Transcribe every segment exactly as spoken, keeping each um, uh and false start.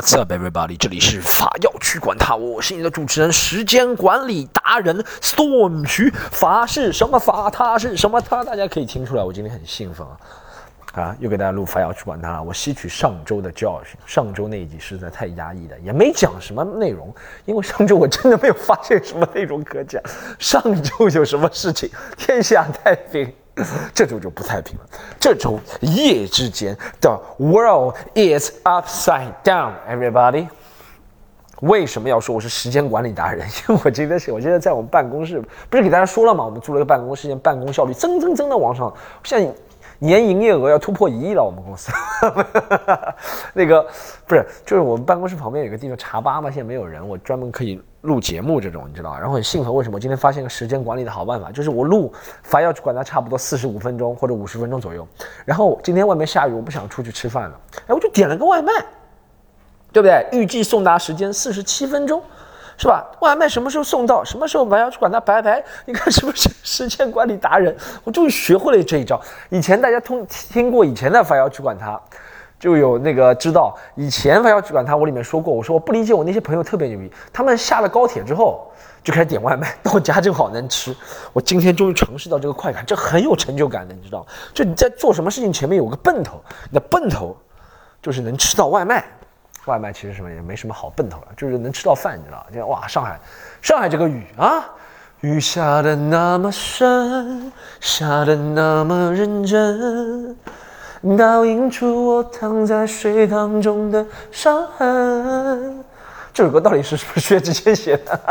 What's up, everybody？ 这里是法要去管它，我是你的主持人，时间管理达人 Storm 徐。法是什么法？它是什么它？大家可以听出来，我今天很兴奋啊！啊，又给大家录法要去管它了。我吸取上周的教训，上周那一集实在太压抑了，也没讲什么内容，因为上周我真的没有发现什么内容可讲。上周有什么事情？天下太平。这周就不太平了。这周一夜之间，the world is upside down. Everybody， 为什么要说我是时间管理达人？因为我今天是，我现在在我们办公室，不是给大家说了吗？我们租了个办公室，现在办公效率增增增的往上，现在年营业额要突破一亿了。我们公司那个不是，就是我们办公室旁边有个地方茶吧嘛，现在没有人，我专门可以录节目这种，你知道，然后很兴奋。为什么？我今天发现个时间管理的好办法，就是我录法要去管它差不多四十五分钟或者五十分钟左右。然后今天外面下雨，我不想出去吃饭了，哎，我就点了个外卖，对不对？预计送达时间四十七分钟，是吧？外卖什么时候送到？什么时候法要去管它白白？你看是不是时间管理达人？我终于学会了这一招。以前大家通听过以前的法要去管它。就有那个知道以前法要去管它，我里面说过，我说我不理解我那些朋友特别牛逼，他们下了高铁之后就开始点外卖，到家正好能吃。我今天终于尝试到这个快感，这很有成就感的，你知道吗？就你在做什么事情前面有个奔头，你的奔头就是能吃到外卖。外卖其实什么也没什么好奔头了，就是能吃到饭，你知道吗？哇，上海，上海这个雨啊，雨下得那么深，下得那么认真。倒映出我躺在水塘中的伤痕。这首歌到底是不是薛之谦写的？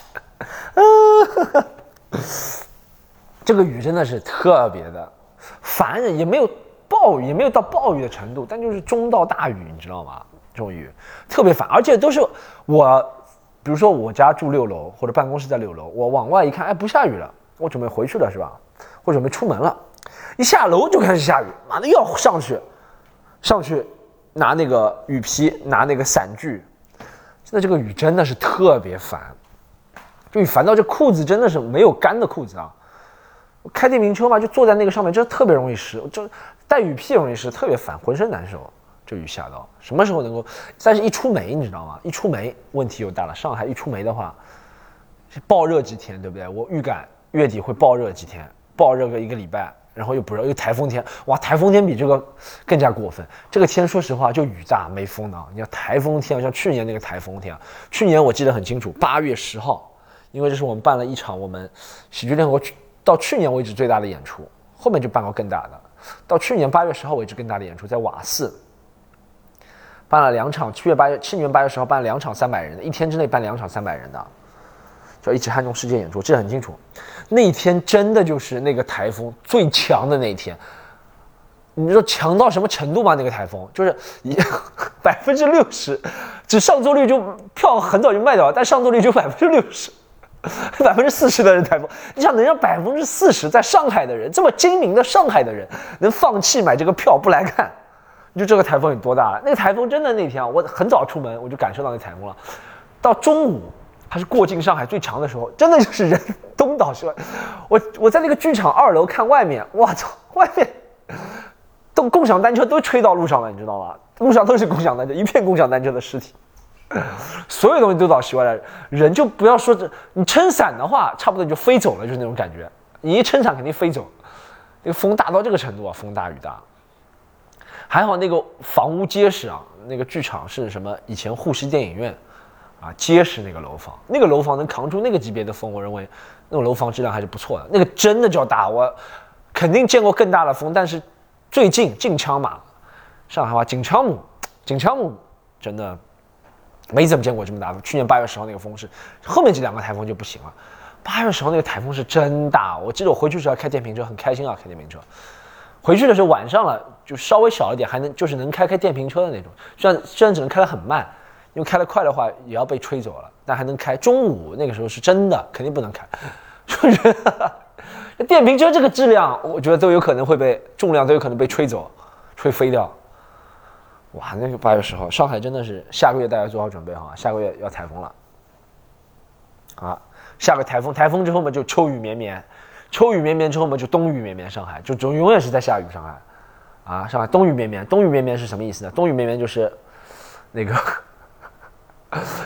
这个雨真的是特别的烦人，也没有暴雨，也没有到暴雨的程度，但就是中到大雨，你知道吗？这种雨特别烦，而且都是我，比如说我家住六楼或者办公室在六楼，我往外一看，哎，不下雨了，我准备回去了，是吧？我准备出门了。一下楼就开始下雨，妈的又要上去，上去拿那个雨披，拿那个伞具。现在这个雨真的是特别烦，就雨烦到这裤子真的是没有干的裤子啊！我开电瓶车嘛，就坐在那个上面，真的特别容易湿，就带雨披也容易湿，特别烦，浑身难受。这雨下到什么时候能够？但是一出梅，你知道吗？一出梅问题又大了。上海一出梅的话，暴热几天，对不对？我预感月底会暴热几天，暴热个一个礼拜。然后又不热，又台风天，哇！台风天比这个更加过分。这个天说实话就雨大没风的。你看台风天，像去年那个台风天，去年我记得很清楚，八月十号，因为这是我们办了一场我们喜剧联合国到去年为止最大的演出，后面就办过更大的。到去年八月十号为止更大的演出，在瓦寺办了两场，七月八月去年八月十号办了两场三百人的，一天之内办两场三百人的。叫一起汉中世界演出，这很清楚。那一天真的就是那个台风最强的那一天，你知道强到什么程度吗？那个台风就是百分之六十，只上座率就票很早就卖掉了，但上座率就百分之六十，百分之四十的人台风。你想能让百分之四十在上海的人，这么精明的上海的人，能放弃买这个票不来看，你就这个台风有多大了？那个台风真的那天啊，我很早出门我就感受到那台风了，到中午。它是过境上海最强的时候，真的就是人东倒西歪。我我在那个剧场二楼看外面，我操，外面都共享单车都吹到路上了，你知道吗？路上都是共享单车，一片共享单车的尸体，所有东西都倒西歪了。人就不要说这，你撑伞的话，差不多你就飞走了，就是那种感觉。你一撑伞肯定飞走。那个风大到这个程度啊，风大雨大。还好那个房屋结实啊，那个剧场是什么？以前沪师电影院。啊，结实那个楼房，那个楼房能扛住那个级别的风，我认为那种楼房质量还是不错的。那个真的叫大，我肯定见过更大的风，但是最近近枪嘛，上海话近枪母，近枪母真的没怎么见过这么大的。去年八月十号那个风是，后面这两个台风就不行了。八月十号那个台风是真大，我记得我回去时候开电瓶车很开心啊，开电瓶车。回去的时候晚上了，就稍微小一点，还能就是能开开电瓶车的那种，虽然虽然只能开得很慢。因为开得快的话也要被吹走了，但还能开。中午那个时候是真的，肯定不能开。就是电瓶车这个质量，我觉得都有可能会被重量都有可能被吹走、吹飞掉。哇，那个八月十号，上海真的是下个月大家做好准备哈，下个月要台风了。啊，下个台风，台风之后嘛就秋雨绵绵，秋雨绵绵之后嘛就冬雨绵绵，上海就总永远是在下雨。上海，啊，上海冬雨绵绵，冬雨绵绵是什么意思呢？冬雨绵绵就是那个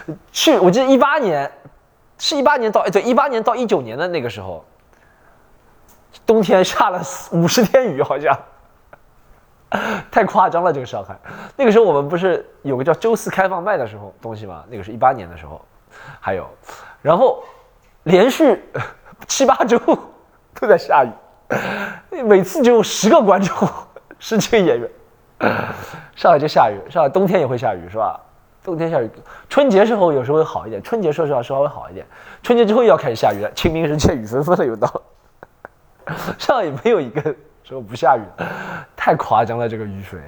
去，我记得一八年，是一八年到对一八年到一九年的那个时候，冬天下了五十天雨，好像太夸张了。这个上海那个时候我们不是有个叫周四开放麦的时候东西吗？那个是一八年的时候，还有，然后连续七八周都在下雨，每次只有十个观众，十几个演员。上海就下雨，上海冬天也会下雨是吧？冬天下雨，春节时候有时候会好一点，春节说实话稍微好一点，春节之后又要开始下雨了，清明时节雨纷纷了又到了。上海也没有一个时候不下雨，太夸张了这个雨水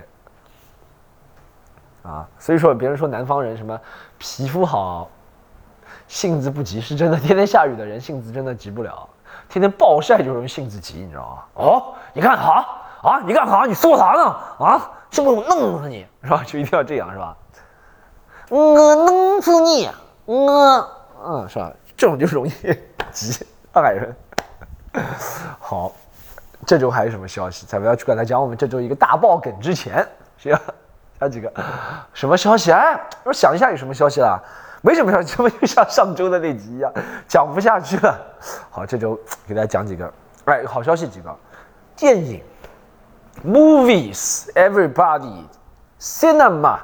啊！所以说别人说南方人什么皮肤好，性子不急，是真的。天天下雨的人性子真的急不了，天天暴晒就容易性子急，你知道吗？哦，你干啥啊？你干啥？你说啥呢？啊，是不是我弄死你？是吧？就一定要这样是吧？我弄死你，我嗯是吧？这种就容易急，上海人。好，这周还有什么消息？在我要去跟他讲我们这周一个大爆梗之前，行，讲几个什么消息？哎，我想一下有什么消息啦？没什么消息，这不就像上周的那集一样，讲不下去了。好，这周给大家讲几个，哎，好消息几个，电影 ，movies everybody cinema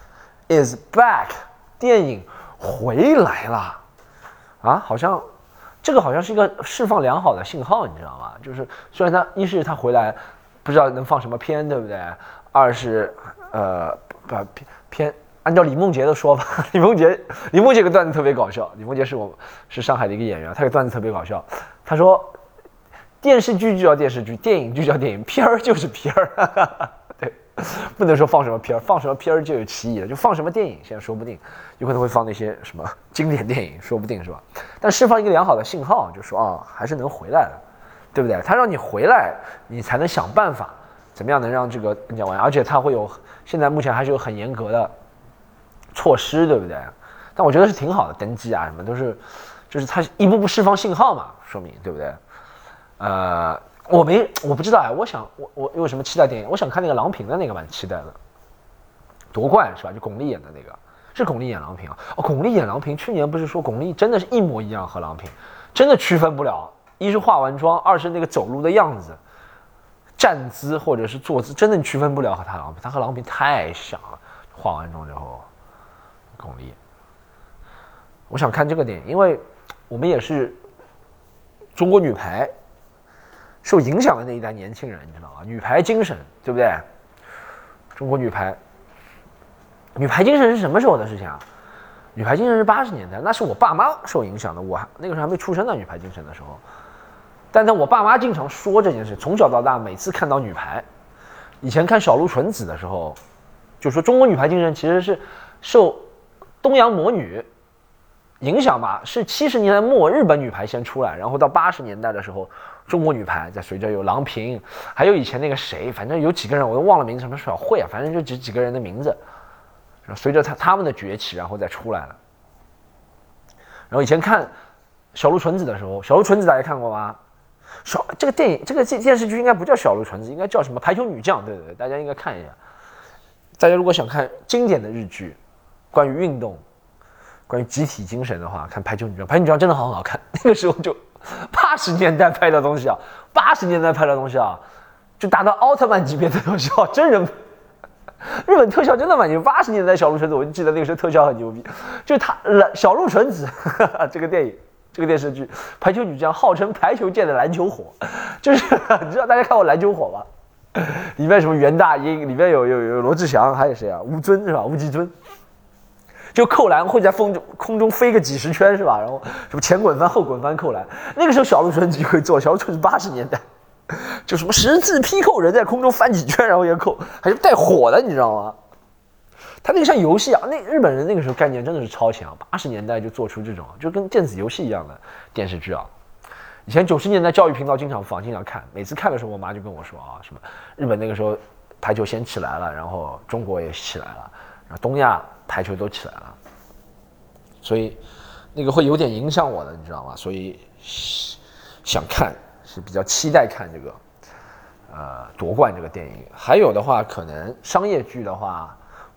is back， 电影回来了啊，好像。这个好像是一个释放良好的信号，你知道吗？就是虽然他一是他回来，不知道能放什么片，对不对？二是呃，把片片按照李梦洁的说法，李梦洁李梦洁有个段子特别搞笑。李梦洁是我是上海的一个演员，他有个段子特别搞笑。他说，电视剧就叫电视剧，电影就叫电影，片儿就是片儿。对，不能说放什么片儿，放什么片儿就有歧义了，就放什么电影，现在说不定有可能会放那些什么经典电影，说不定是吧？但释放一个良好的信号，就说啊，还是能回来的，对不对？他让你回来，你才能想办法，怎么样能让这个讲完？而且他会有，现在目前还是有很严格的措施，对不对？但我觉得是挺好的，登记啊什么都是，就是他一步步释放信号嘛，说明对不对？呃，我没我不知道哎，我想我我有什么期待电影？我想看那个郎平的那个蛮期待的，夺冠是吧？就巩俐演的那个。是巩俐演郎平啊！哦，巩俐演郎平，去年不是说巩俐真的是一模一样和郎平，真的区分不了。一是化完妆，二是那个走路的样子、站姿或者是坐姿，真的区分不了和她郎平。她和郎平太像了，化完妆之后，巩俐。我想看这个电影，因为我们也是中国女排受影响的那一代年轻人，你知道吗？女排精神，对不对？中国女排。女排精神是什么时候的事情啊？女排精神是八十年代，那是我爸妈受影响的，我那个时候还没出生呢。女排精神的时候，但是我爸妈经常说这件事，从小到大每次看到女排，以前看小鹿纯子的时候，就说中国女排精神其实是受东洋魔女影响吧，是七十年代末日本女排先出来，然后到八十年代的时候，中国女排在随着有郎平，还有以前那个谁，反正有几个人我都忘了名字，什么小慧啊，反正就几几个人的名字。随着他他们的崛起，然后再出来了。然后以前看小鹿纯子的时候，小鹿纯子大家看过吗？小这个电影这个电视剧应该不叫小鹿纯子，应该叫什么排球女将？对对对，大家应该看一下。大家如果想看经典的日剧，关于运动、关于集体精神的话，看排球女将。排球女将真的很好看，那个时候就八十年代拍的东西啊，八十年代拍的东西啊，就达到奥特曼级别的东西啊，真人。日本特效真的蛮牛，八十年代小鹿纯子，我就记得那个时候特效很牛逼，就是他小鹿纯子呵呵这个电影，这个电视剧，排球女将号称排球界的篮球火，就是你知道大家看过篮球火吗？里面什么袁大英，里面有有有罗志祥，还有谁啊？吴尊是吧？吴奇尊，就扣篮会在风中空中飞个几十圈是吧？然后什么前滚翻后滚翻扣篮，那个时候小鹿纯子就可以做，小鹿纯子八十年代。就什么十字劈扣，人在空中翻几圈然后也扣，还是带火的，你知道吗？他那个像游戏啊，那日本人那个时候概念真的是超前啊，八十年代就做出这种就跟电子游戏一样的电视剧啊。以前九十年代教育频道经常放，经常看，每次看的时候，我妈就跟我说啊，什么日本那个时候排球先起来了，然后中国也起来了，然后东亚排球都起来了，所以那个会有点影响我的，你知道吗？所以想看。是比较期待看这个，呃，夺冠这个电影。还有的话，可能商业剧的话，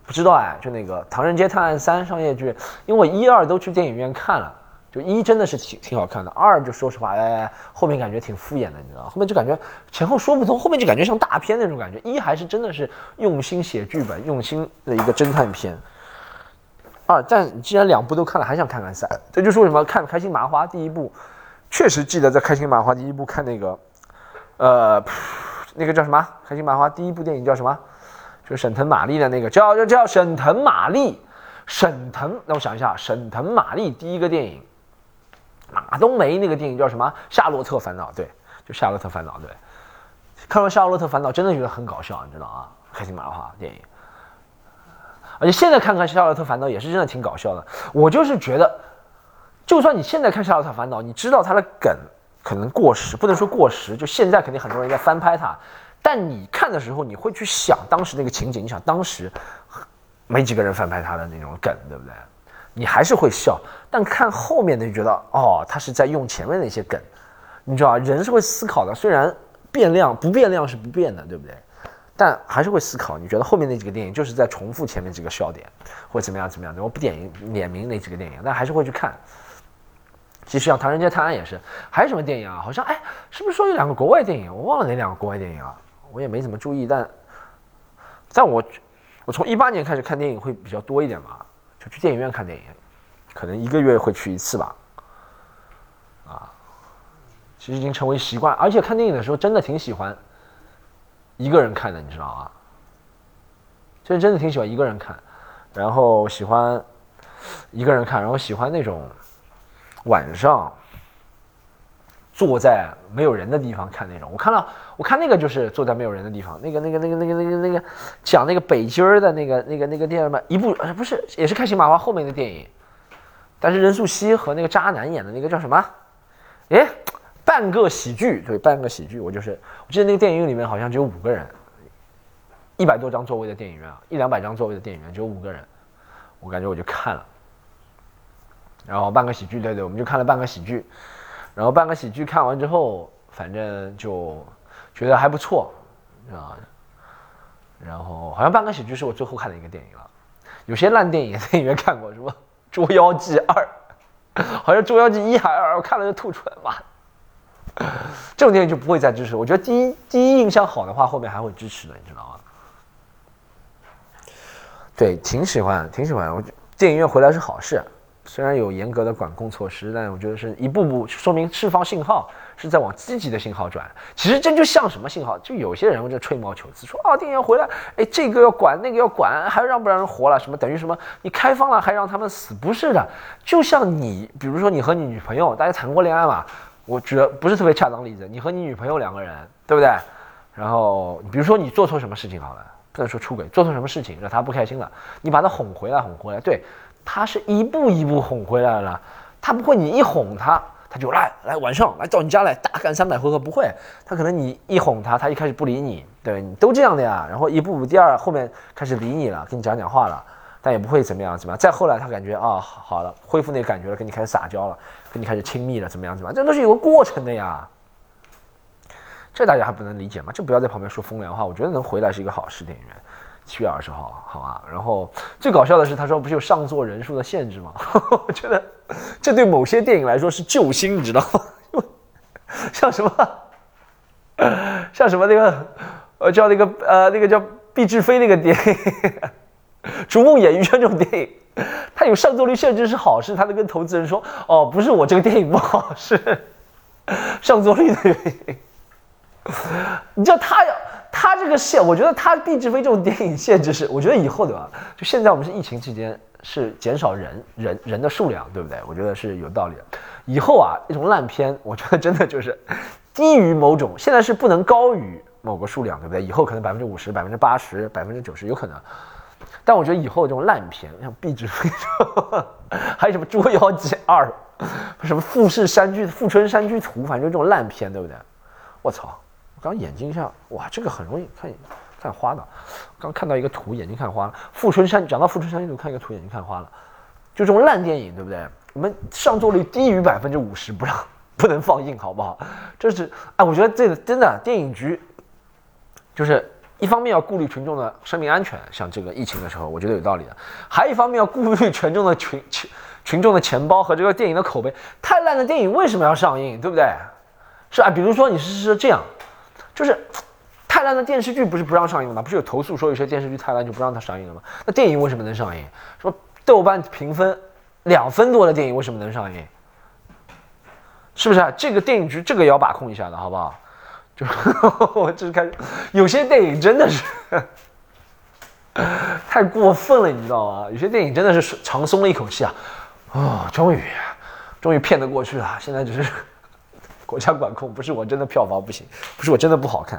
不知道哎，就那个《唐人街探案三》商业剧，因为我一二都去电影院看了，就一真的是挺挺好看的，二就说实话，哎，后面感觉挺敷衍的，你知道，后面就感觉前后说不通，后面就感觉像大片那种感觉。一还是真的是用心写剧本，用心的一个侦探片。二，但既然两部都看了，还想看看三，这就是为什么看《开心麻花》第一部，确实记得在《开心麻花》第一部看那个，呃，那个叫什么，《开心麻花》第一部电影叫什么？就是沈腾马丽的那个叫叫叫沈腾马丽，沈腾，让我想一下，沈腾马丽第一个电影，马冬梅那个电影叫什么？《夏洛特烦恼》，对，就《夏洛特烦恼》，对。看完《夏洛特烦恼》真的觉得很搞笑，你知道啊？开心麻花电影，而且现在看看《夏洛特烦恼》也是真的挺搞笑的。我就是觉得，就算你现在看《夏洛特烦恼》，你知道它的梗可能过时，不能说过时，就现在肯定很多人在翻拍它。但你看的时候，你会去想当时那个情景，你想当时没几个人翻拍他的那种梗，对不对？你还是会笑。但看后面的就觉得，哦，他是在用前面那些梗，你知道，人是会思考的。虽然变量不变量是不变的，对不对？但还是会思考。你觉得后面那几个电影就是在重复前面几个笑点，或者怎么样怎么样？我不点点名那几个电影，但还是会去看。其实像《唐人街探案》也是，还有什么电影啊？好像哎，是不是说有两个国外电影？我忘了哪两个国外电影啊？我也没怎么注意，但但我我从一八年开始看电影会比较多一点嘛，就去电影院看电影，可能一个月会去一次吧。啊，其实已经成为习惯，而且看电影的时候真的挺喜欢一个人看的，你知道吗？就是真的挺喜欢一个人看，然后喜欢一个人看，然后喜欢那种晚上坐在没有人的地方看那种。我看到我看那个就是坐在没有人的地方，那个那个那个那个那个那个讲那个北京的那个那个那个电影嘛，一部呃不是也是开心麻花后面的电影，但是任素汐和那个渣男演的那个叫什么？哎，半个喜剧，对，半个喜剧。我就是我记得那个电影院里面好像只有五个人，一百多张座位的电影院啊，一两百张座位的电影院只有五个人，我感觉我就看了。然后半个喜剧，对对，我们就看了半个喜剧。然后半个喜剧看完之后，反正就觉得还不错啊。然后好像半个喜剧是我最后看的一个电影了。有些烂电影电影院看过，什么《捉妖记二》，好像《捉妖记一》还二，我看了就吐出来，妈！这种电影就不会再支持。我觉得第一第一印象好的话，后面还会支持的，你知道吗？对，挺喜欢，挺喜欢。我电影院回来是好事。虽然有严格的管控措施，但我觉得是一步步说明释放信号，是在往积极的信号转。其实这就像什么信号？就有些人就吹毛求疵，说啊，电影要回来，哎，这个要管，那个要管，还让不让人活了？什么等于什么？你开放了还让他们死？不是的，就像你，比如说你和你女朋友，大家谈过恋爱嘛？我觉得不是特别恰当例子，你和你女朋友两个人，对不对？然后比如说你做错什么事情好了，不能说出轨，做错什么事情让她不开心了，你把她哄回来，哄回来，对。他是一步一步哄回来了，他不会你一哄他，他就来来晚上来到你家来大干三百回合，不会，他可能你一哄他，他一开始不理你，对你都这样的呀，然后一步步第二后面开始理你了，跟你讲讲话了，但也不会怎么样怎么样，再后来他感觉啊、哦、好了，恢复那个感觉了，跟你开始撒娇了，跟你开始亲密了，怎么样怎么样，这都是有个过程的呀，这大家还不能理解吗？就不要在旁边说风凉话，我觉得能回来是一个好事，电影院。七月二十号，好吧。然后最搞笑的是，他说不是有上座人数的限制吗？我觉得这对某些电影来说是救星，你知道吗？像什么，像什么那个，呃，叫那个呃那个叫毕志飞那个电影，《逐梦演艺圈》这种电影，它有上座率限制是好事，他就跟投资人说，哦，不是我这个电影不好，是上座率的原因。你知道他要。他这个限，我觉得他毕志飞这种电影限制是，我觉得以后对吧？就现在我们是疫情期间，是减少人人人的数量，对不对？我觉得是有道理的。以后啊，一种烂片，我觉得真的就是低于某种，现在是不能高于某个数量，对不对？以后可能百分之五十、百分之八十、百分之九十有可能。但我觉得以后这种烂片，像毕志飞，还有什么《捉妖记二》，什么《富士山居》《富春山居图》，反正这种烂片，对不对？我操！我刚眼睛上，哇，这个很容易看看花的。刚看到一个图，眼睛看花了。富春山，讲到富春山居图，看一个图，眼睛看花了。就这种烂电影，对不对？我们上座率低于百分之五十，不让不能放映，好不好？这是哎，我觉得这个真的电影局，就是一方面要顾虑群众的生命安全，像这个疫情的时候，我觉得有道理的；还一方面要顾虑群众的群群群众的钱包和这个电影的口碑。太烂的电影为什么要上映，对不对？是啊，比如说你是是这样，就是太烂的电视剧不是不让上映的吗？不是有投诉说有些电视剧太烂就不让它上映了吗？那电影为什么能上映？说豆瓣评分两分多的电影为什么能上映？是不是啊？这个电影局这个也要把控一下的，好不好？就我这开始，有些电影真的是太过分了，你知道吗？有些电影真的是长松了一口气啊，哦，终于，终于骗得过去了。现在只是国家管控，不是我真的票房不行，不是我真的不好看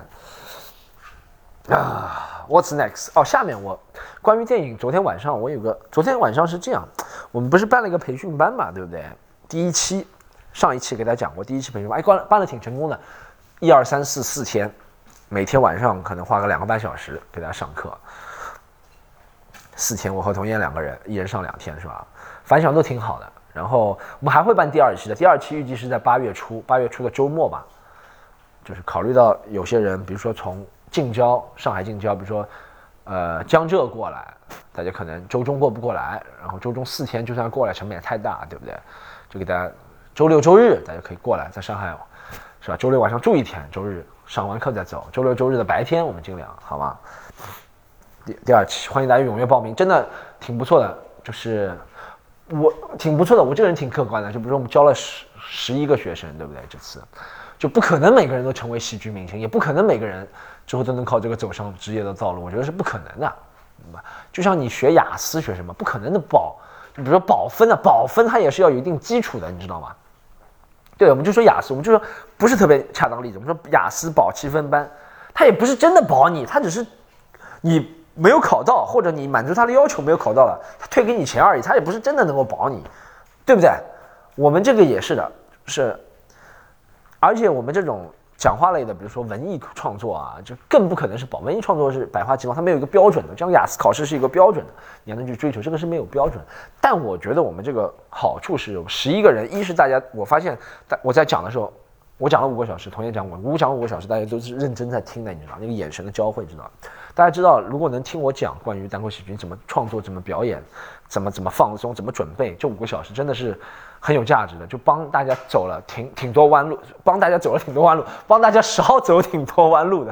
啊。What's next？ 哦，下面我关于电影，昨天晚上我有个，昨天晚上是这样，我们不是办了一个培训班嘛，对不对？第一期，上一期给大家讲过，第一期培训班，哎，办办的挺成功的。一二三四四天，每天晚上可能花个两个半小时给大家上课。四天，我和童燕两个人，一人上两天，是吧？反响都挺好的。然后我们还会办第二期的，第二期预计是在八月初，八月初的周末吧。就是考虑到有些人，比如说从近郊、上海近郊，比如说呃江浙过来，大家可能周中过不过来，然后周中四天就算过来成本也太大，对不对？就给大家周六周日大家可以过来，在上海。是吧？周六晚上住一天，周日上完课再走。周六周日的白天我们尽量，好吗？第第二期欢迎大家踊跃报名，真的挺不错的。就是我挺不错的，我这个人挺客观的。就比如说我们教了十十一个学生，对不对？这次就不可能每个人都成为喜剧明星，也不可能每个人之后都能靠这个走上职业的道路，我觉得是不可能的。就像你学雅思学什么，不可能的保，就比如说保分啊，保分它也是要有一定基础的，你知道吗？对，我们就说雅思，我们就说不是特别恰当的例子。我们说雅思保七分班，他也不是真的保你，他只是你没有考到，或者你满足他的要求没有考到了，他退给你钱而已，他也不是真的能够保你，对不对？我们这个也是的，是，而且我们这种讲话类的，比如说文艺创作啊，就更不可能是保。文艺创作是百花齐放，它没有一个标准的，这样雅思考试是一个标准的，你还能去追求，这个是没有标准。但我觉得我们这个好处是有十一个人，一是大家，我发现我在讲的时候，我讲了五个小时，同学讲我，我讲了五个小时，大家都是认真在听的，你知道那个眼神的交汇，知道大家知道，如果能听我讲关于单口喜剧怎么创作、怎么表演、怎么怎么放松、怎么准备，这五个小时真的是很有价值的，就帮大家走了挺挺多弯路，帮大家走了挺多弯路，帮大家少走挺多弯路的。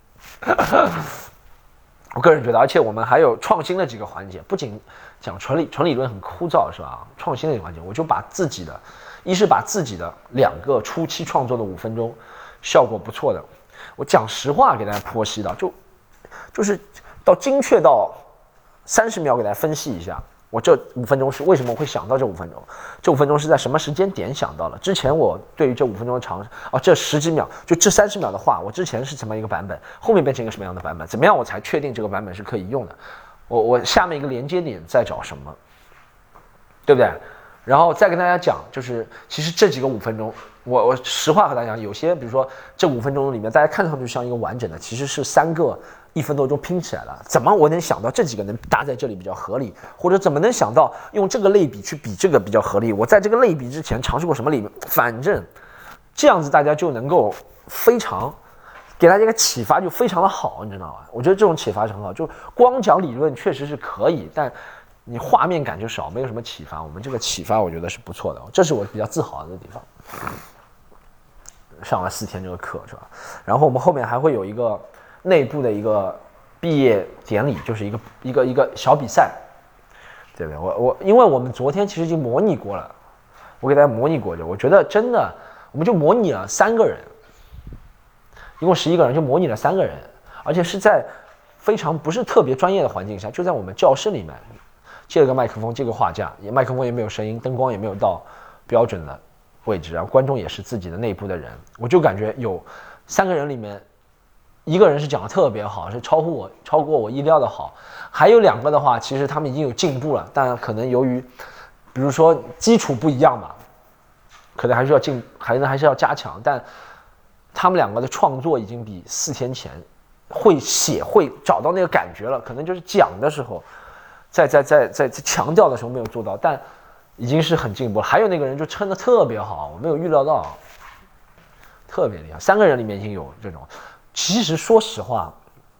我个人觉得，而且我们还有创新的几个环节，不仅讲纯理纯理论很枯燥，是吧？创新的几个环节，我就把自己的，一是把自己的两个初期创作的五分钟，效果不错的，我讲实话给大家剖析的，就就是到精确到三十秒给大家分析一下。我这五分钟是为什么我会想到这五分钟？这五分钟是在什么时间点想到了？之前我对于这五分钟的长哦，这十几秒就这三十秒的话，我之前是怎么一个版本，后面变成一个什么样的版本？怎么样我才确定这个版本是可以用的？我我下面一个连接点在找什么，对不对？然后再跟大家讲，就是其实这几个五分钟，我我实话和大家讲，有些比如说这五分钟里面，大家看上去像一个完整的，其实是三个一分多钟拼起来了。怎么我能想到这几个能搭在这里比较合理，或者怎么能想到用这个类比去比这个比较合理？我在这个类比之前尝试过什么理论？反正这样子大家就能够非常给大家一个启发，就非常的好，你知道吗？我觉得这种启发是很好，就光讲理论确实是可以，但你画面感就少，没有什么启发。我们这个启发我觉得是不错的，这是我比较自豪的地方。上了四天这个课是吧？然后我们后面还会有一个内部的一个毕业典礼，就是一个一个一个小比赛，对不对？我我因为我们昨天其实已经模拟过了，我给大家模拟过的，我觉得真的我们就模拟了三个人，一共十一个人就模拟了三个人，而且是在非常不是特别专业的环境下，就在我们教室里面。借了个麦克风，借个画架，也麦克风也没有声音，灯光也没有到标准的位置，然后观众也是自己的内部的人，我就感觉有三个人里面，一个人是讲的特别好，是超乎我超过我意料的好，还有两个的话，其实他们已经有进步了，但可能由于，比如说基础不一样吧，可能还是要进，还能还是要加强，但他们两个的创作已经比四天前会写会找到那个感觉了，可能就是讲的时候。在在在在在强调的时候没有做到，但已经是很进步了。还有那个人就撑得特别好，我没有预料到，特别厉害。三个人里面已经有这种。其实说实话，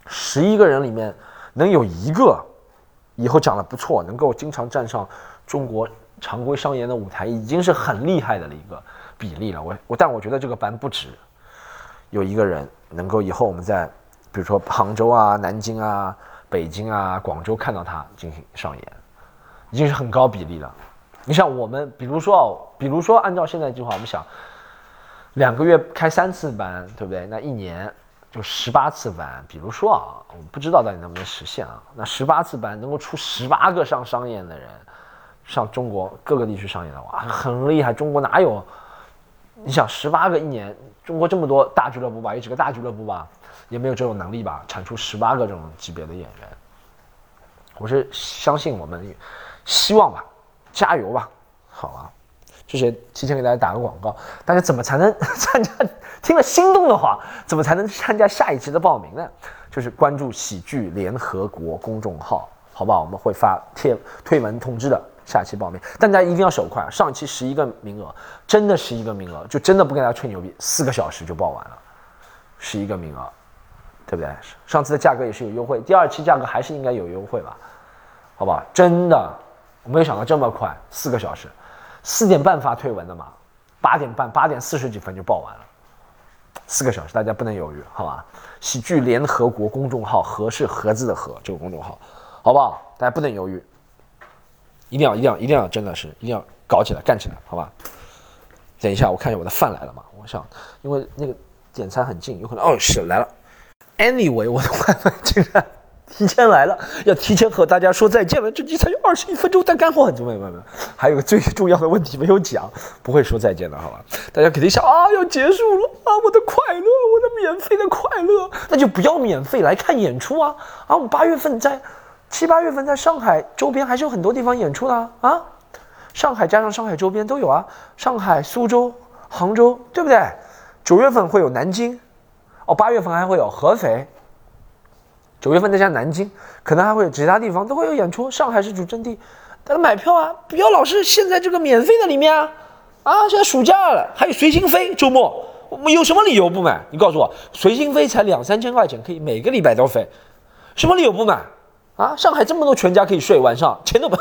十一个人里面能有一个以后长得不错，能够经常站上中国常规商演的舞台，已经是很厉害的一个比例了。我我但我觉得这个班不止有一个人能够以后我们在比如说杭州啊、南京啊、北京啊、广州看到他进行上演，已经是很高比例了。你像我们，比如说啊，比如说按照现在计划，我们想两个月开三次班，对不对？那一年就十八次班。比如说啊，我们不知道到底能不能实现啊。那十八次班能够出十八个上商演的人，上中国各个地区上演的，哇，很厉害。中国哪有？你想十八个一年，中国这么多大俱乐部吧，有几个大俱乐部吧，也没有这种能力吧，产出十八个这种级别的演员。我是相信我们，希望吧。加油吧，好吧，这些提前给大家打个广告，大家怎么才能参加？听了心动的话，怎么才能参加下一期的报名呢？就是关注喜剧联合国公众号，好不好？我们会发贴推文通知的，下期报名，但大家一定要手快，上期十一个名额，真的十一个名额，就真的不跟大家吹牛逼，四个小时就报完了，十一个名额，对不对？上次的价格也是有优惠，第二期价格还是应该有优惠吧？好不好？真的。我没有想到这么快，四个小时，四点半发推文的嘛，八点半八点四十几分就报完了，四个小时，大家不能犹豫，好吧？喜剧联合国公众号，和是盒子的和，这个公众号，好不好？大家不能犹豫，一定要一定要一定要，真的是一定要搞起来，干起来，好吧？等一下，我看一下我的饭来了嘛，我想，因为那个点餐很近，有可能哦是来了 ，anyway， 我的外卖竟然。提前来了，要提前和大家说再见了。这集才有二十一分钟，但干货很多，没有没有没有。还有个最重要的问题没有讲，不会说再见的，好吧？大家肯定想啊，要结束了啊，我的快乐，我的免费的快乐，那就不要免费来看演出啊啊！我们八月份在七八月份在上海周边还是有很多地方演出的啊啊，上海加上上海周边都有啊，上海、苏州、杭州，对不对？九月份会有南京，哦，八月份还会有合肥。九月份再加南京，可能还会有其他地方都会有演出。上海是主阵地，大家买票啊，不要老是陷在这个免费的里面啊！啊，现在暑假了，还有随心飞，周末我们有什么理由不买？你告诉我，随心飞才两三千块钱，可以每个礼拜都飞，什么理由不买？啊，上海这么多全家可以睡，晚上钱都不，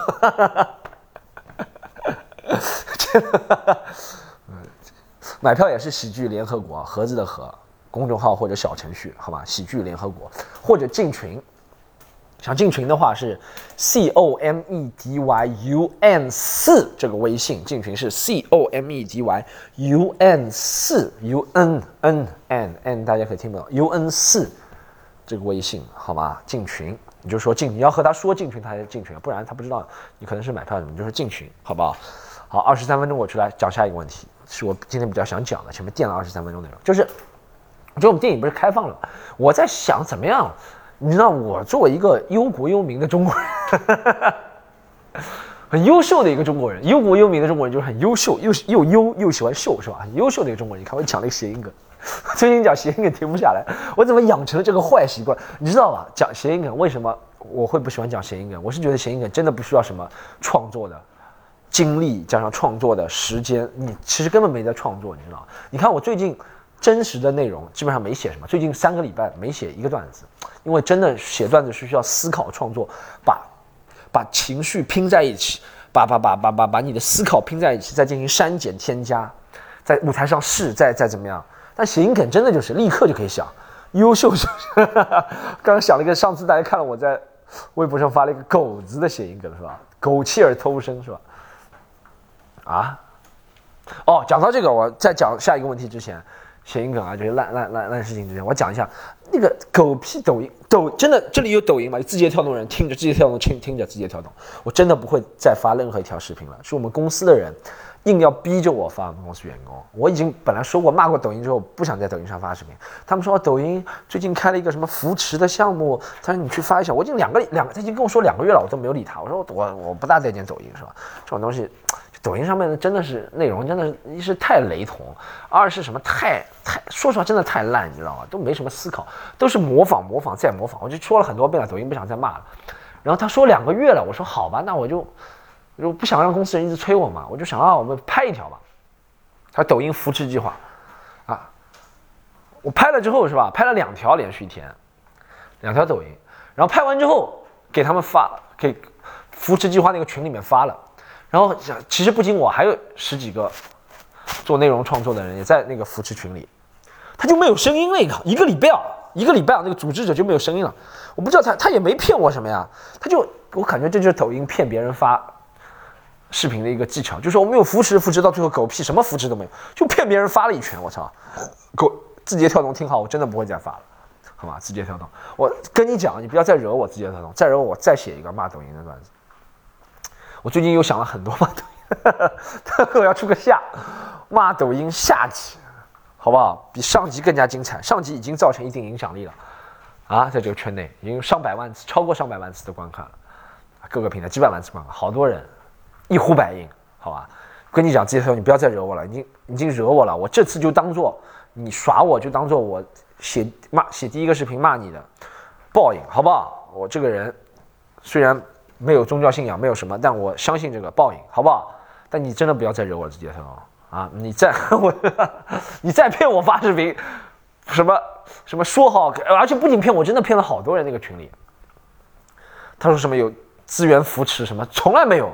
买票也是喜剧联合国盒子的盒。公众号或者小程序，好吧？喜剧联合国或者进群，想进群的话是 C O M E D Y U N 四这个微信，进群是 C O M E D Y U N 四 U N N N N， 大家可以听不懂 U N 四这个微信，好吗？进群你就说进，你要和他说进群，他才进群，不然他不知道你可能是买票什么，你就说进群，好不好？好，二十三分钟我出来讲下一个问题，是我今天比较想讲的，前面垫了二十三分钟内容，就是。我觉得我们电影不是开放了，我在想怎么样，你知道我作为一个忧国忧民的中国人，很优秀的一个中国人，忧国忧民的中国人就是很优秀，又又优又喜欢秀，是吧？很优秀的一个中国人。你看我讲了一个谐音梗，最近讲谐音梗停不下来，我怎么养成了这个坏习惯？你知道吧？讲谐音梗为什么我会不喜欢讲谐音梗？我是觉得谐音梗真的不需要什么创作的精力加上创作的时间，你其实根本没在创作，你知道？你看我最近。真实的内容基本上没写什么，最近三个礼拜没写一个段子，因为真的写段子是需要思考创作，把把情绪拼在一起，把把把把把把你的思考拼在一起，再进行删减添加，在舞台上试，再再怎么样。但谐音梗真的就是立刻就可以想，优秀就是刚刚想了一个，上次大家看了我在微博上发了一个狗子的谐音梗是吧？苟且而偷生是吧？啊？哦，讲到这个，我在讲下一个问题之前。谐音梗啊，就是烂烂烂烂事情之前，我讲一下那个狗屁抖音抖，真的这里有抖音吗？字节跳动人听着字节跳动听听着字节跳动，我真的不会再发任何一条视频了。是我们公司的人硬要逼着我发，我们公司员工，我已经本来说过骂过抖音之后，不想在抖音上发视频。他们说抖音最近开了一个什么扶持的项目，他说你去发一下。我已经两个两个，他已经跟我说两个月了，我都没有理他。我说我我不大待见抖音是吧？这种东西。抖音上面的真的是内容，真的是一是太雷同，二是什么太太说实话真的太烂，你知道吗？都没什么思考，都是模仿模仿再模仿。我就说了很多遍了，抖音不想再骂了。然后他说两个月了，我说好吧，那我就我不想让公司人一直催我嘛，我就想啊，我们拍一条吧。他抖音扶持计划啊，我拍了之后是吧？拍了两条连续一天， 两条抖音，然后拍完之后给他们发，给扶持计划那个群里面发了。然后其实不仅我，还有十几个做内容创作的人也在那个扶持群里，他就没有声音了。一个一个礼拜啊，一个礼拜啊，那个组织者就没有声音了。我不知道他他也没骗我什么呀，他就我感觉这就是抖音骗别人发视频的一个技巧，就是我没有扶持扶持到最后狗屁什么扶持都没有，就骗别人发了一圈。我操，狗字节跳动听好，我真的不会再发了，好吧？字节跳动，我跟你讲，你不要再惹我字节跳动，再惹我，我再写一个骂抖音的段子。我最近又想了很多骂抖音，我要出个下骂抖音下集，好不好？比上集更加精彩，上集已经造成一定影响力了，啊，在这个圈内已经上百万次，超过上百万次的观看了，各个平台几百万次观看，好多人一呼百应，好吧？跟你讲，字节跳动，你不要再惹我了，已经已经惹我了，我这次就当做你耍我，就当做我写骂写第一个视频骂你的报应，好不好？我这个人虽然没有宗教信仰，没有什么，但我相信这个报应，好不好？但你真的不要再惹我字节跳动啊！你再我，你再骗我发视频，什么什么说好，而且不仅骗我，真的骗了好多人那个群里。他说什么有资源扶持什么，从来没有，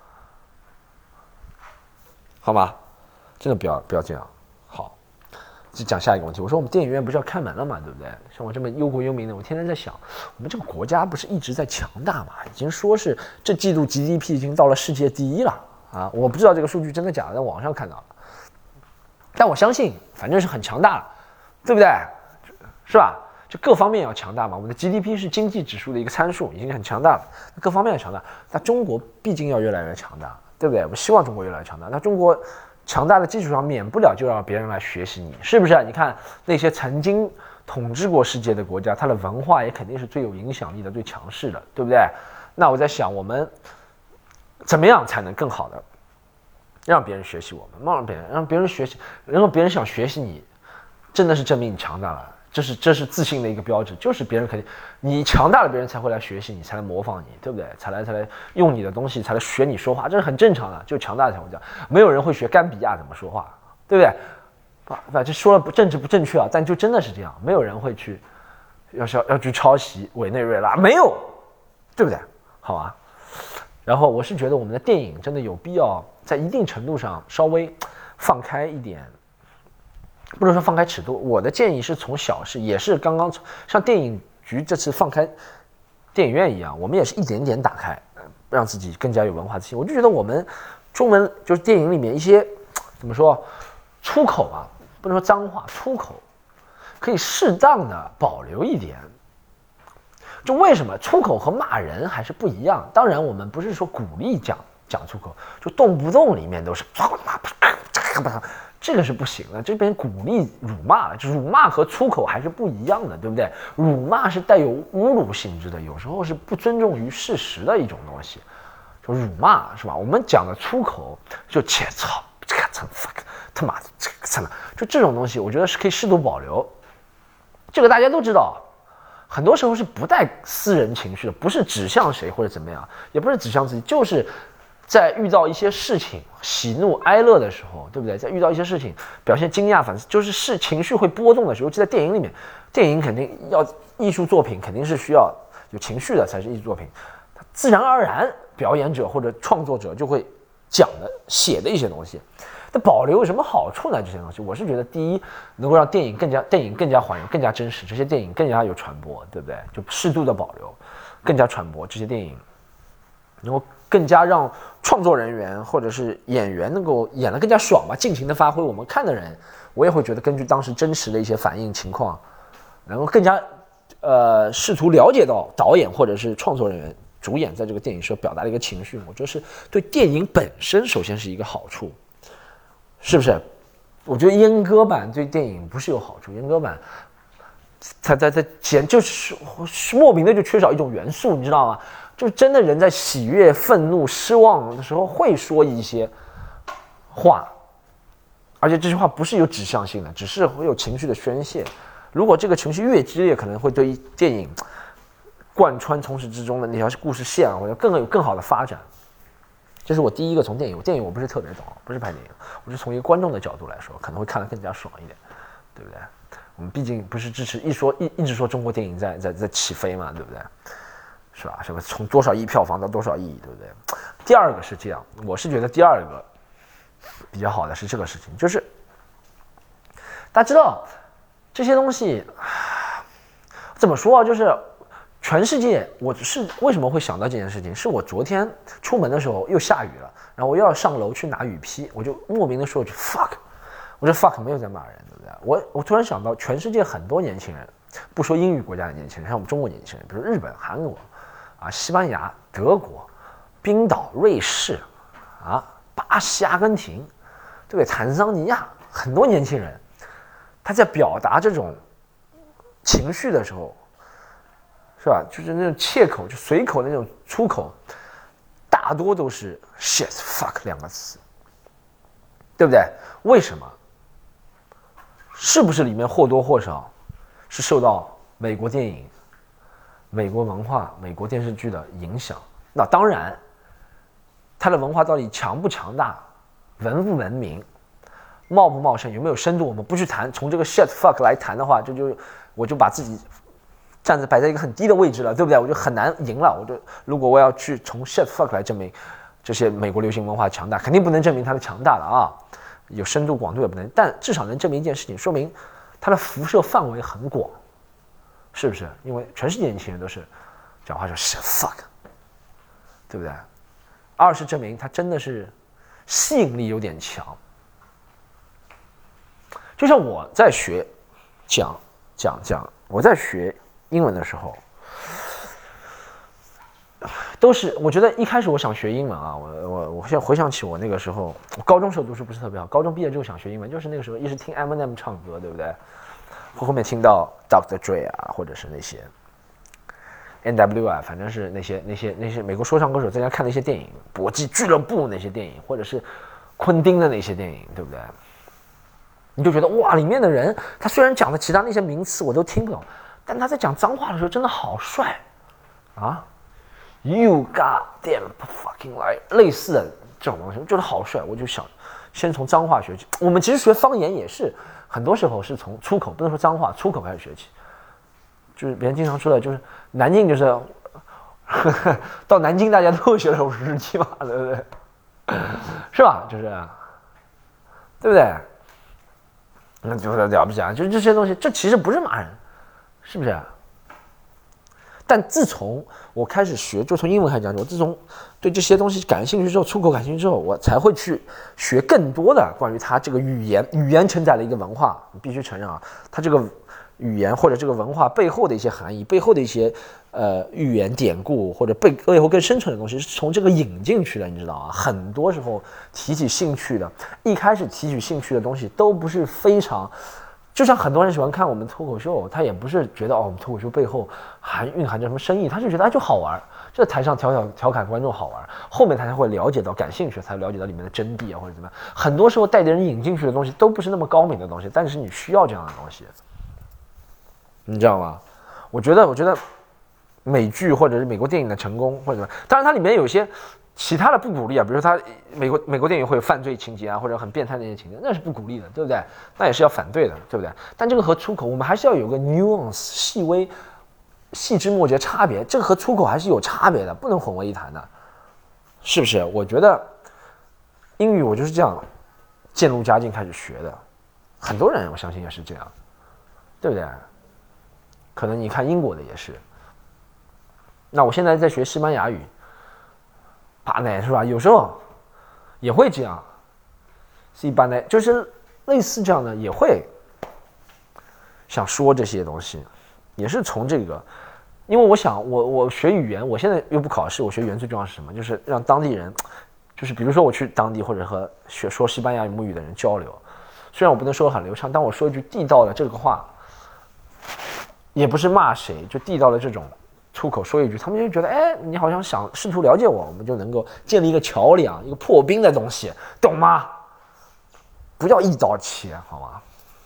好吗？真的不要不要这样。好，就讲下一个问题。我说我们电影院不是要开门了嘛，对不对？像我这么忧国忧民的，我天天在想，我们这个国家不是一直在强大嘛？已经说是这季度 G D P 已经到了世界第一了啊！我不知道这个数据真的假的，在网上看到了，但我相信，反正是很强大了，对不对？是吧？就各方面要强大嘛。我们的 G D P 是经济指数的一个参数，已经很强大了，各方面要强大。那中国毕竟要越来越强大，对不对？我希望中国越来越强大。那中国强大的基础上，免不了就让别人来学习你，是不是？你看那些曾经统治过世界的国家，它的文化也肯定是最有影响力的、最强势的，对不对？那我在想，我们怎么样才能更好的让别人学习我们，让别人让别人学习，让别人想学习你，真的是证明你强大了。这是这是自信的一个标志，就是别人肯定你强大了，别人才会来学习你，才来模仿你，对不对？才来才来用你的东西，才来学你说话，这是很正常的，就强大的才会这样。没有人会学甘比亚怎么说话，对不对？把这说了不政治不正确啊，但就真的是这样，没有人会去要要要去抄袭委内瑞拉，没有，对不对？好吧。然后我是觉得我们的电影真的有必要在一定程度上稍微放开一点。不能说放开尺度，我的建议是从小事，也是刚刚像电影局这次放开电影院一样，我们也是一点点打开，让自己更加有文化自信。我就觉得我们中文就是电影里面一些怎么说粗口啊，不能说脏话，粗口可以适当的保留一点。就为什么粗口和骂人还是不一样？当然，我们不是说鼓励讲讲粗口，就动不动里面都是这个是不行的，这边鼓励辱骂了，就辱骂和粗口还是不一样的，对不对？辱骂是带有侮辱性质的，有时候是不尊重于事实的一种东西，就辱骂是吧？我们讲的粗口就切操，操 fuck 他妈的这个操，就这种东西，我觉得是可以适度保留。这个大家都知道，很多时候是不带私人情绪的，不是指向谁或者怎么样，也不是指向自己，就是在遇到一些事情，喜怒哀乐的时候，对不对？在遇到一些事情，表现惊讶、反思，就是是情绪会波动的时候，就在电影里面，电影肯定要艺术作品肯定是需要有情绪的才是艺术作品，自然而然，表演者或者创作者就会讲的、写的一些东西。那保留有什么好处呢？这些东西，我是觉得，第一，能够让电影更加电影更加还原、更加真实，这些电影更加有传播，对不对？就适度的保留，更加传播这些电影。能够更加让创作人员或者是演员能够演得更加爽吧，尽情的发挥。我们看的人，我也会觉得根据当时真实的一些反应情况，能够更加呃试图了解到导演或者是创作人员、主演在这个电影时候表达的一个情绪。我觉得是对电影本身首先是一个好处，是不是？我觉得阉割版对电影不是有好处，阉割版它在在简就是莫名的就缺少一种元素，你知道吗？就真的人在喜悦、愤怒、失望的时候会说一些话，而且这句话不是有指向性的，只是会有情绪的宣泄。如果这个情绪越激烈，可能会对电影贯穿从始至终的那条故事线啊，或者更有更好的发展。这是我第一个从电影，电影我不是特别懂，不是拍电影，我是从一个观众的角度来说，可能会看得更加爽一点，对不对？ 我们毕竟不是支持一说一一直说中国电影在在在起飞嘛，对不对？是吧？什么从多少亿票房到多少亿，对不对？第二个是这样，我是觉得第二个比较好的是这个事情，就是大家知道这些东西怎么说啊？就是全世界，我是为什么会想到这件事情？是我昨天出门的时候又下雨了，然后我又要上楼去拿雨披，我就莫名的说一句 fuck， 我说 fuck 没有在骂人，对不对？我我突然想到，全世界很多年轻人，不说英语国家的年轻人，像我们中国年轻人，比如日本、韩国啊、西班牙、德国、冰岛、瑞士啊、巴西、阿根廷，对不对？坦桑尼亚，很多年轻人他在表达这种情绪的时候，是吧？就是那种切口，就随口的那种出口，大多都是 shit fuck 两个词，对不对？为什么？是不是里面或多或少是受到美国电影、美国文化、美国电视剧的影响？那当然，它的文化到底强不强大，文不文明，茂不茂盛，有没有深度，我们不去谈。从这个 shit fuck 来谈的话，这就我就把自己站在摆在一个很低的位置了，对不对？我就很难赢了。我就如果我要去从 shit fuck 来证明这些美国流行文化强大，肯定不能证明它的强大了啊，有深度广度也不能，但至少能证明一件事情，说明它的辐射范围很广，是不是？因为全世界年轻人都是讲话说 shit fuck， 对不对？二是证明它真的是吸引力有点强。就像我在学讲讲讲，我在学英文的时候，都是我觉得一开始我想学英文啊，我我我现在回想起我那个时候，我高中时候读书不是特别好，高中毕业之后想学英文，就是那个时候一直听 Eminem 唱歌，对不对？后面听到 Doctor Dre 啊，或者是那些 N W 啊，反正是那些那些那些美国说唱歌手在家看那些电影，搏击俱乐部那些电影，或者是昆汀的那些电影，对不对？你就觉得哇，里面的人他虽然讲的其他那些名词我都听不懂，但他在讲脏话的时候真的好帅啊 ！You goddamn fucking lie， 类似的这种东西，我觉得好帅，我就想先从脏话学起。我们其实学方言也是，很多时候是从出口，不能说脏话，出口开始学起。就是别人经常说的，就是南京就是呵呵到南京大家都学了五十七嘛，对不对？是吧？就是，对不对？那就是了不起啊！就是这些东西，这其实不是骂人，是不是？但自从我开始学，就从英文开始讲起，我自从对这些东西感兴趣之后，出口感兴趣之后，我才会去学更多的关于它这个语言，语言承载了一个文化，你必须承认啊，它这个语言或者这个文化背后的一些含义，背后的一些呃寓言典故或者背背后更深层的东西，是从这个引进去的，你知道啊？很多时候提起兴趣的，一开始提起兴趣的东西都不是非常。就像很多人喜欢看我们脱口秀，他也不是觉得哦，我们脱口秀背后还蕴含着什么深意，他就觉得哎就好玩，就在台上调调调侃观众好玩，后面他才会了解到，感兴趣才了解到里面的真谛啊或者怎么样。很多时候带着人引进去的东西都不是那么高明的东西，但是你需要这样的东西，你知道吗？我觉得，我觉得美剧或者是美国电影的成功或者什么，当然它里面有些其他的不鼓励啊，比如说它美国美国电影会有犯罪情节啊，或者很变态的那些情节，那是不鼓励的，对不对？那也是要反对的，对不对？但这个和出口，我们还是要有个 nuance 细微、细枝末节差别，这个和出口还是有差别的，不能混为一谈的，是不是？我觉得英语我就是这样渐入佳境开始学的，很多人我相信也是这样，对不对？可能你看英国的也是。那我现在在学西班牙语。巴奈是吧？有时候也会这样，西巴奈就是类似这样的，也会想说这些东西，也是从这个，因为我想我我学语言，我现在又不考试，我学语言最重要是什么？就是让当地人，就是比如说我去当地或者和学说西班牙语母语的人交流，虽然我不能说得很流畅，但我说一句地道的这个话，也不是骂谁，就地道的这种。出口说一句，他们就觉得，哎，你好像想试图了解我，我们就能够建立一个桥梁，一个破冰的东西，懂吗？不要一刀切，好吗？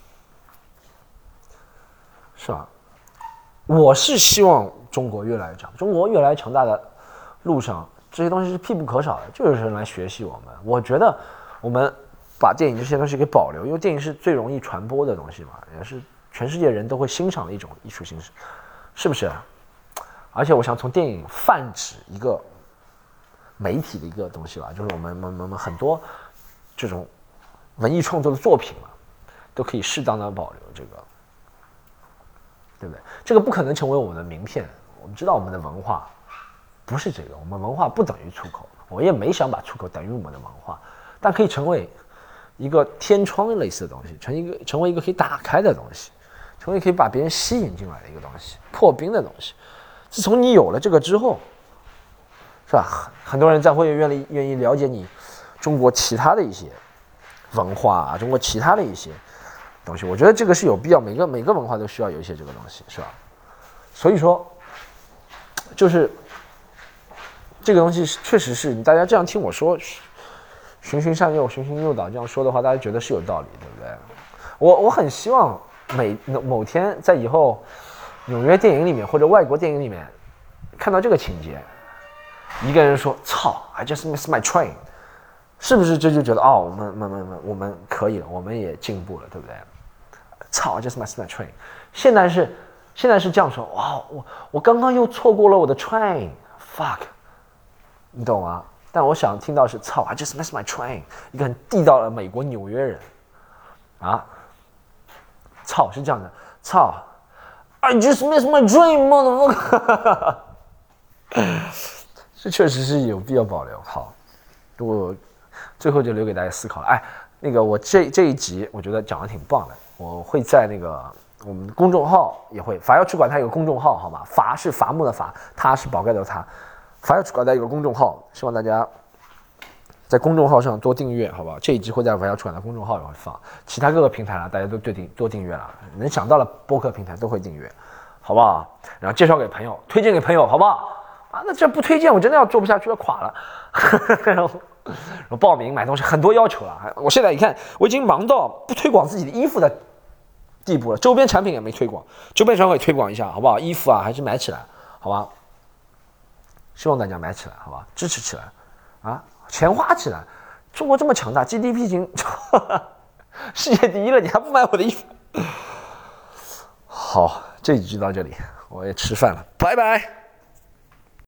是吧？我是希望中国越来越强，中国越来越强大的路上，这些东西是必不可少的，就是人来学习我们。我觉得我们把电影这些东西给保留，因为电影是最容易传播的东西嘛，也是全世界人都会欣赏的一种艺术形式，是不是？而且我想从电影泛指一个媒体的一个东西吧，就是我们我们我们很多这种文艺创作的作品嘛，都可以适当的保留这个，对不对？这个不可能成为我们的名片。我们知道我们的文化不是这个，我们文化不等于出口，我也没想把出口等于我们的文化，但可以成为一个天窗类似的东西，成一个成为一个可以打开的东西，成为可以把别人吸引进来的一个东西，破冰的东西。自从你有了这个之后，是吧？很多人才会愿意愿意了解你中国其他的一些文化啊，中国其他的一些东西。我觉得这个是有必要，每个每个文化都需要有一些这个东西，是吧？所以说，就是这个东西确实是大家这样听我说，循循善诱，循循诱导这样说的话，大家觉得是有道理，对不对？我我很希望每某天在以后纽约电影里面或者外国电影里面看到这个情节，一个人说操 I just missed my train， 是不是这就觉得哦我们我们我们我们可以了，我们也进步了，对不对？操 I just missed my train， 现在是现在是这样说，哇我我刚刚又错过了我的 train fuck， 你懂吗？但我想听到是操 I just missed my train， 一个很地道的美国纽约人啊，操是这样的，操 I just missed my train motherfucker 这确实是有必要保留。好，我最后就留给大家思考了。哎，那个我这这一集我觉得讲的挺棒的，我会在那个我们公众号也会，伐要出版它有个公众号，好吗？伐是伐木的伐，他是宝盖的他，伐要出版它有个公众号，希望大家在公众号上多订阅，好不好？这一集会在伐要出版的公众号也会放，其他各个平台啊，大家都对订多订阅了，能想到了播客平台都会订阅，好不好？然后介绍给朋友，推荐给朋友，好不好？啊，那这不推荐我真的要做不下去了，垮了。然后然后报名买东西很多要求了，我现在一看我已经忙到不推广自己的衣服的地步了，周边产品也没推广，周边产品也推广一下，好不好？衣服啊还是买起来，好吧？希望大家买起来，好吧？支持起来，啊，钱花起来。中国这么强大 ，G D P 已经世界第一了，你还不买我的衣服？好，这一集就到这里，我也吃饭了，拜拜。